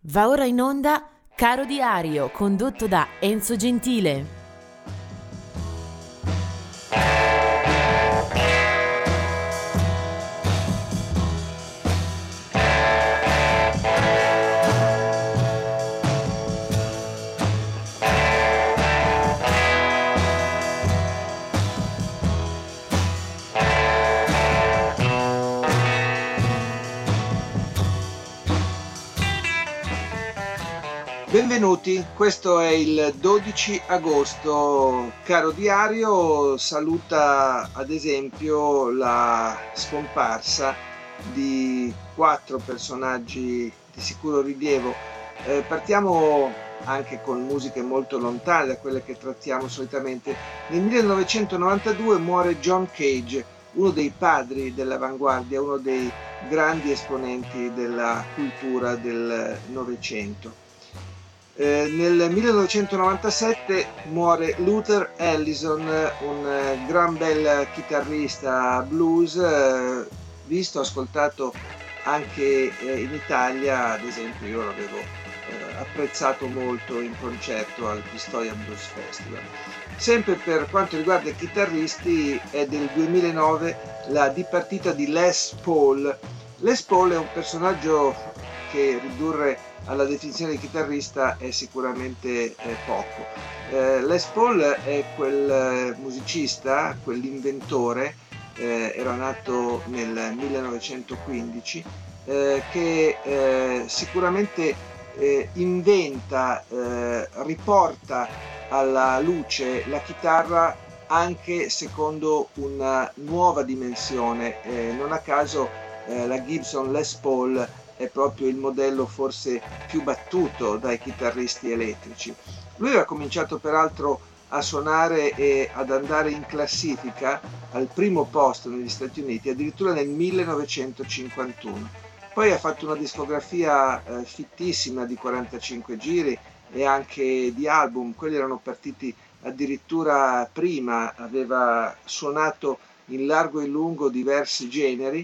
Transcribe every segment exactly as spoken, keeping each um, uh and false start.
Va ora in onda Caro Diario, condotto da Enzo Gentile. Benvenuti, questo è il dodici agosto. Caro Diario saluta ad esempio la scomparsa di quattro personaggi di sicuro rilievo. Eh, partiamo anche con musiche molto lontane da quelle che trattiamo solitamente. Nel millenovecentonovantadue muore John Cage, uno dei padri dell'avanguardia, uno dei grandi esponenti della cultura del Novecento. Eh, nel millenovecentonovantasette muore Luther Allison, un eh, gran bel chitarrista blues, eh, visto, ascoltato anche eh, in Italia. Ad esempio io l'avevo eh, apprezzato molto in concerto al Pistoia Blues Festival. Sempre per quanto riguarda i chitarristi è del duemilanove la dipartita di Les Paul. Les Paul è un personaggio che ridurre alla definizione di chitarrista è sicuramente eh, poco. Eh, Les Paul è quel eh, musicista, quell'inventore, eh, era nato nel millenovecentoquindici, eh, che eh, sicuramente eh, inventa, eh, riporta alla luce la chitarra anche secondo una nuova dimensione. Eh, non a caso eh, la Gibson Les Paul è proprio il modello forse più battuto dai chitarristi elettrici. Lui aveva cominciato peraltro a suonare e ad andare in classifica al primo posto negli Stati Uniti addirittura nel millenovecentocinquantuno. Poi ha fatto una discografia eh, fittissima di quarantacinque giri e anche di album. Quelli erano partiti addirittura prima, aveva suonato in largo e in lungo diversi generi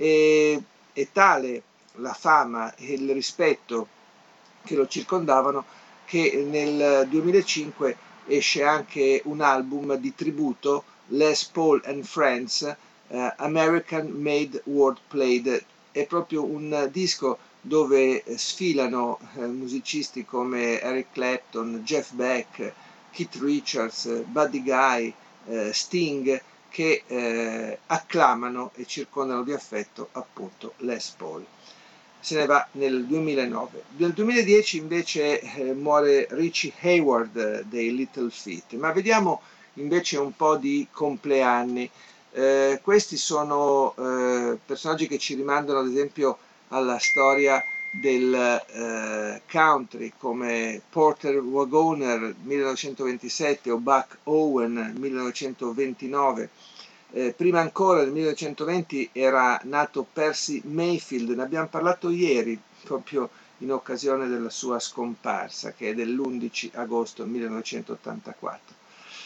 e, e tale la fama e il rispetto che lo circondavano che nel duemilacinque esce anche un album di tributo, Les Paul and Friends, eh, American Made World Played. È proprio un disco dove sfilano eh, musicisti come Eric Clapton, Jeff Beck, Keith Richards, Buddy Guy, eh, Sting, che eh, acclamano e circondano di affetto appunto Les Paul. Se ne va nel duemilanove. Nel duemiladieci invece eh, muore Richie Hayward eh, dei Little Feat. Ma vediamo invece un po' di compleanni. Eh, questi sono eh, personaggi che ci rimandano ad esempio alla storia del eh, country, come Porter Wagoner millenovecentoventisette o Buck Owen millenovecentoventinove. Eh, prima ancora nel millenovecentoventi era nato Percy Mayfield, ne abbiamo parlato ieri proprio in occasione della sua scomparsa, che è dell'undici agosto millenovecentottantaquattro.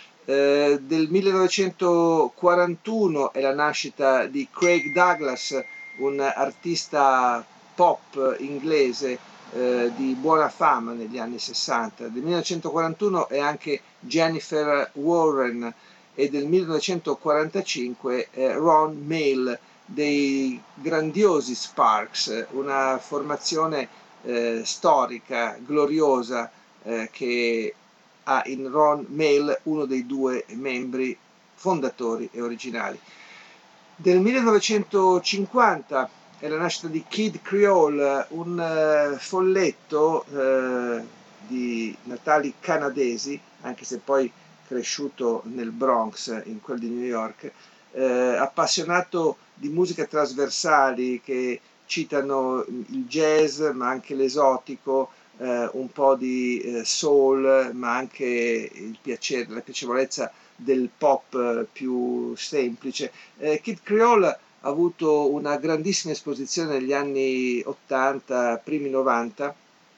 Eh, del millenovecentoquarantuno è la nascita di Craig Douglas, un artista pop inglese eh, di buona fama negli anni sessanta. Del millenovecentoquarantuno è anche Jennifer Warren, e del millenovecentoquarantacinque eh, Ron Mail dei grandiosi Sparks, una formazione eh, storica, gloriosa, eh, che ha in Ron Mail uno dei due membri fondatori e originali. Del millenovecentocinquanta è la nascita di Kid Creole, un uh, folletto uh, di natali canadesi, anche se poi cresciuto nel Bronx, in quel di New York, eh, appassionato di musiche trasversali che citano il jazz, ma anche l'esotico, eh, un po' di eh, soul, ma anche il piacere, la piacevolezza del pop eh, più semplice. Eh, Kid Creole ha avuto una grandissima esposizione negli anni ottanta, primi novanta.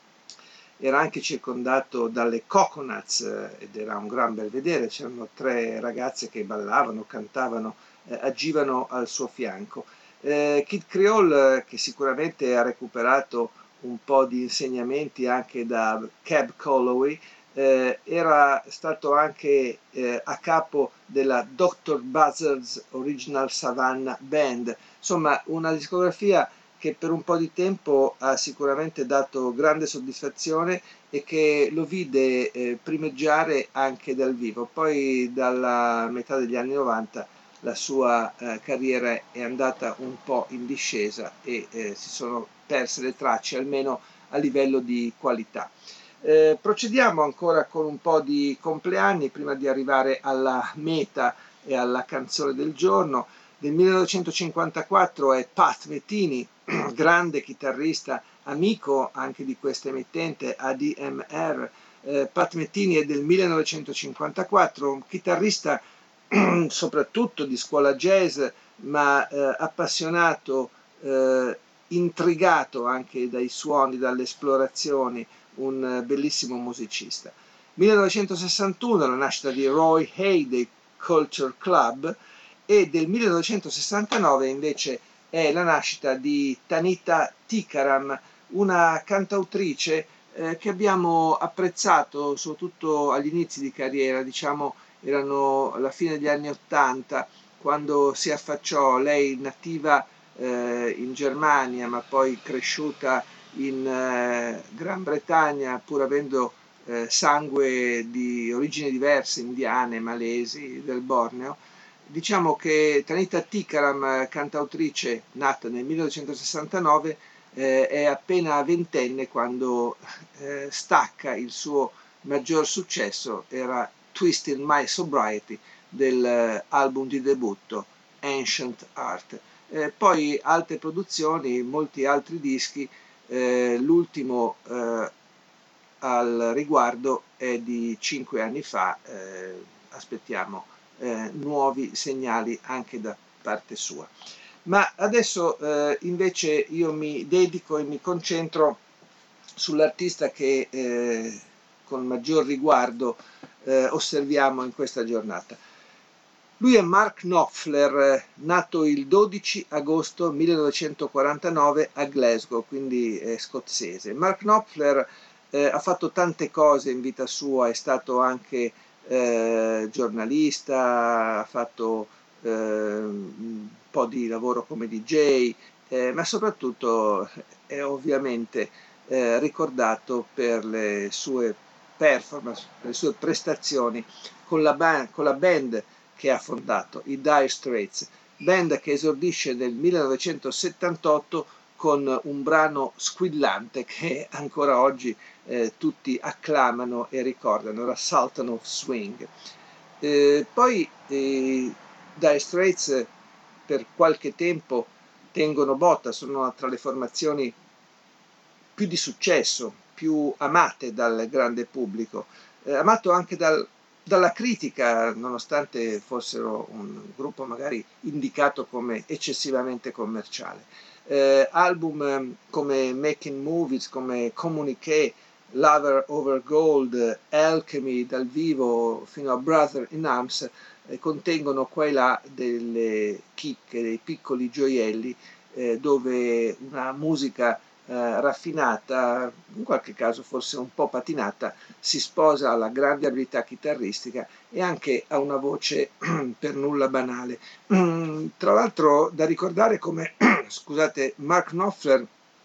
Era anche circondato dalle Coconuts eh, ed era un gran bel vedere. C'erano tre ragazze che ballavano, cantavano, eh, agivano al suo fianco. Eh, Kid Creole, che sicuramente ha recuperato un po' di insegnamenti anche da Cab Calloway, eh, era stato anche eh, a capo della doctor Buzzard's Original Savannah Band, insomma una discografia che per un po' di tempo ha sicuramente dato grande soddisfazione e che lo vide eh, primeggiare anche dal vivo. Poi dalla metà degli anni novanta la sua eh, carriera è andata un po' in discesa e eh, si sono perse le tracce, almeno a livello di qualità. Eh, procediamo ancora con un po' di compleanni prima di arrivare alla meta e alla canzone del giorno. Del millenovecentocinquantaquattro è Pat Metheny, grande chitarrista, amico anche di questa emittente A D M R. Eh, Pat Metheny è del millenovecentocinquantaquattro, un chitarrista soprattutto di scuola jazz, ma eh, appassionato, eh, intrigato anche dai suoni, dalle esplorazioni, un eh, bellissimo musicista. millenovecentosessantuno la nascita di Roy Hay Culture Club, e del millenovecentosessantanove invece è la nascita di Tanita Tikaram, una cantautrice eh, che abbiamo apprezzato soprattutto agli inizi di carriera, diciamo erano la fine degli anni Ottanta, quando si affacciò, lei nativa eh, in Germania ma poi cresciuta in eh, Gran Bretagna, pur avendo eh, sangue di origini diverse, indiane, malesi, del Borneo. Diciamo che Tanita Tikaram, cantautrice nata nel millenovecentosessantanove, eh, è appena ventenne quando eh, stacca il suo maggior successo, era Twisted My Sobriety dell'album di debutto Ancient Art. Eh, poi altre produzioni, molti altri dischi, eh, l'ultimo eh, al riguardo è di cinque anni fa, eh, aspettiamo eh, nuovi segnali anche da parte sua. Ma adesso eh, invece io mi dedico e mi concentro sull'artista che eh, con maggior riguardo eh, osserviamo in questa giornata. Lui è Mark Knopfler, nato il dodici agosto millenovecentoquarantanove a Glasgow, quindi è scozzese. Mark Knopfler eh, ha fatto tante cose in vita sua, è stato anche eh, giornalista, ha fatto eh, un po' di lavoro come D J, eh, ma soprattutto è ovviamente eh, ricordato per le sue performance, per le sue prestazioni con la, band, con la band che ha fondato, i Dire Straits, band che esordisce nel millenovecentosettantotto con un brano squillante che ancora oggi eh, tutti acclamano e ricordano, la Sultan of Swing. Eh, poi i Dire Straits per qualche tempo tengono botta, sono tra le formazioni più di successo, più amate dal grande pubblico, eh, amato anche dal, dalla critica, nonostante fossero un gruppo magari indicato come eccessivamente commerciale. Eh, album eh, come Making Movies, come Communique, Lover Over Gold, Alchemy dal vivo fino a Brother in Arms eh, contengono qua e là delle chicche, dei piccoli gioielli eh, dove una musica Eh, raffinata, in qualche caso forse un po' patinata, si sposa alla grande abilità chitarristica e anche a una voce per nulla banale. Tra l'altro da ricordare come, scusate, Mark Knopfler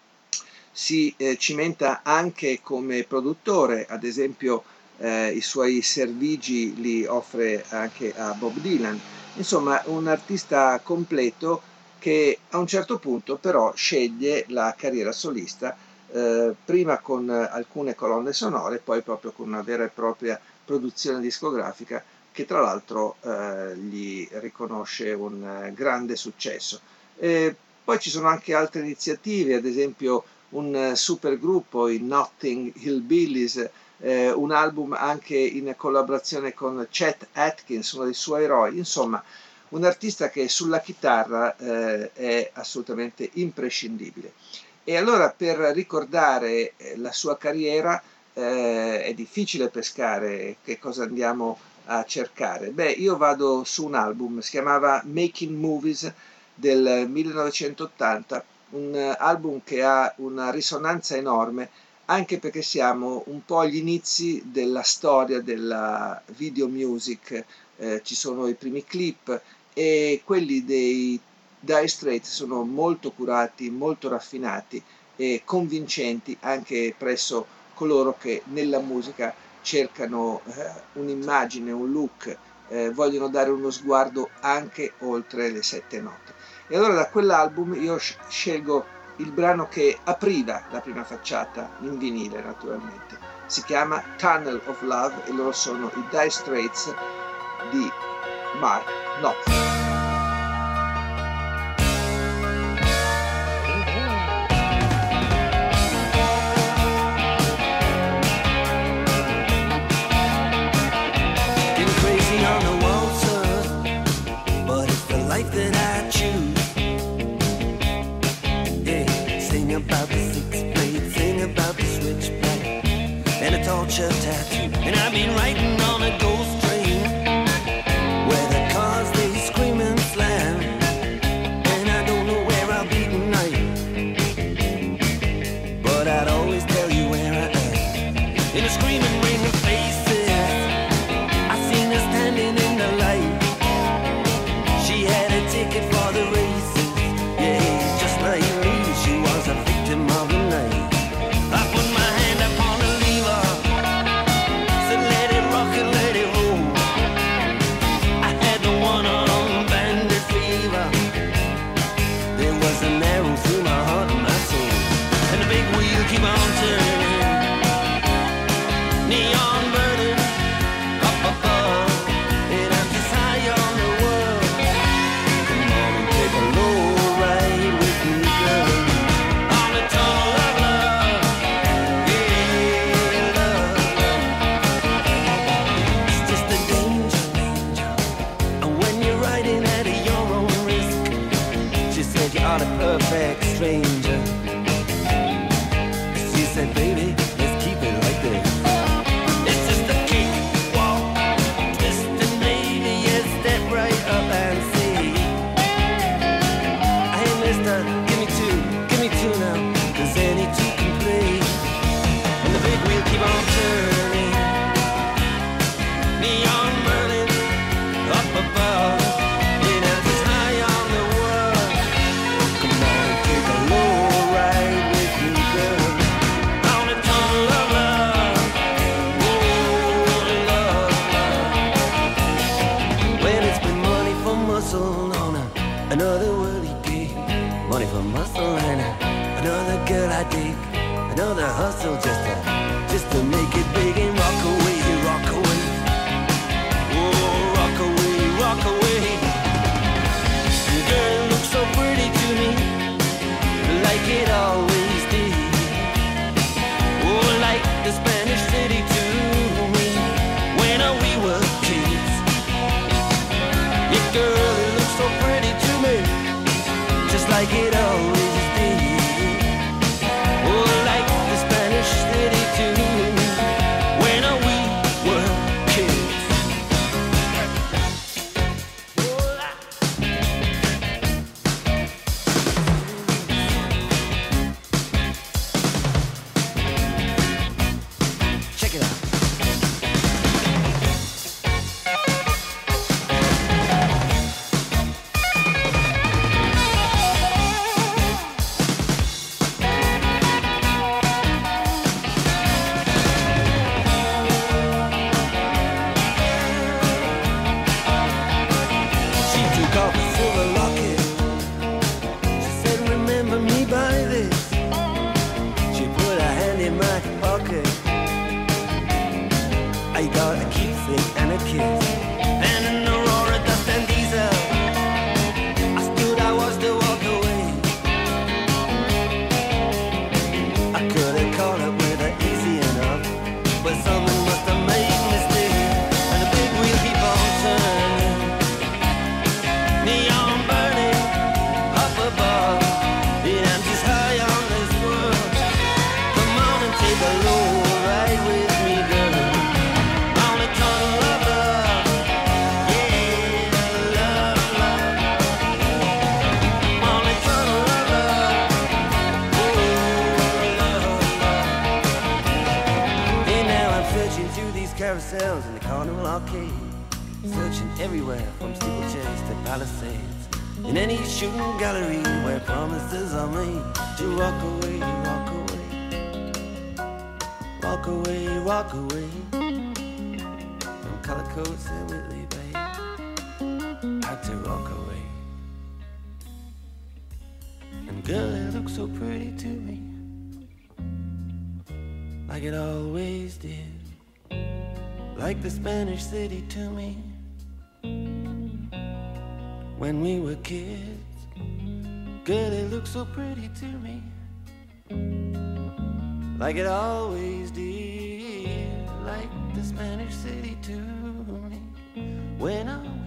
si eh, cimenta anche come produttore, ad esempio eh, i suoi servigi li offre anche a Bob Dylan, insomma un artista completo che a un certo punto però sceglie la carriera solista, eh, prima con alcune colonne sonore, poi proprio con una vera e propria produzione discografica che tra l'altro eh, gli riconosce un eh, grande successo. E poi ci sono anche altre iniziative, ad esempio un eh, super gruppo, i Notting Hillbillies, eh, un album anche in collaborazione con Chet Atkins, uno dei suoi eroi, insomma un artista che sulla chitarra eh, è assolutamente imprescindibile. E allora per ricordare la sua carriera eh, è difficile pescare che cosa andiamo a cercare. Beh, io vado su un album, si chiamava Making Movies del millenovecentottanta, un album che ha una risonanza enorme, anche perché siamo un po' agli inizi della storia della video music. Eh, ci sono i primi clip e quelli dei Dire Straits sono molto curati, molto raffinati e convincenti anche presso coloro che nella musica cercano eh, un'immagine, un look, eh, vogliono dare uno sguardo anche oltre le sette note. E allora da quell'album io scelgo il brano che apriva la prima facciata in vinile, naturalmente. Si chiama Tunnel of Love e loro sono i Dire Straits di Mark Knopfler. About the six blade, thing about the switchblade, and a torture tattoo. And I've been riding on a ghost train where the cars they scream and slam, and I don't know where I'll be tonight, but I'd always tell you where I am. In a screaming ring of faces, I seen her standing in the light. She had a ticket for the races, yeah, just like me. She was a victim of the night. I put my hand upon the lever, said let it rock and let it roll. I had the one-on bandit fever. There was an arrow through my heart and my soul, and the big wheel keep on turning, neon burning up above, and I'm just high on the world. Come on and take a low ride with me, girl. A perfect stranger. She said, baby, let's keep it like this. It's just a kick, walk, twist, and maybe you step right up and see. Hey, mister, give me two, give me two now, cause any two can play. And the big wheel keep on turning, neon burning up above. On a tunnel carousels in the Carnival Arcade, searching everywhere from steeplechase to Palisades, in any shooting gallery where promises are made to rock away, rock away, rock away, rock away, from color coats and Whitley Bay, had to rock away. And girl, it looks so pretty to me, like it always did, like the Spanish city to me when we were kids. Girl, it looks so pretty to me, like it always did, like the Spanish city to me when I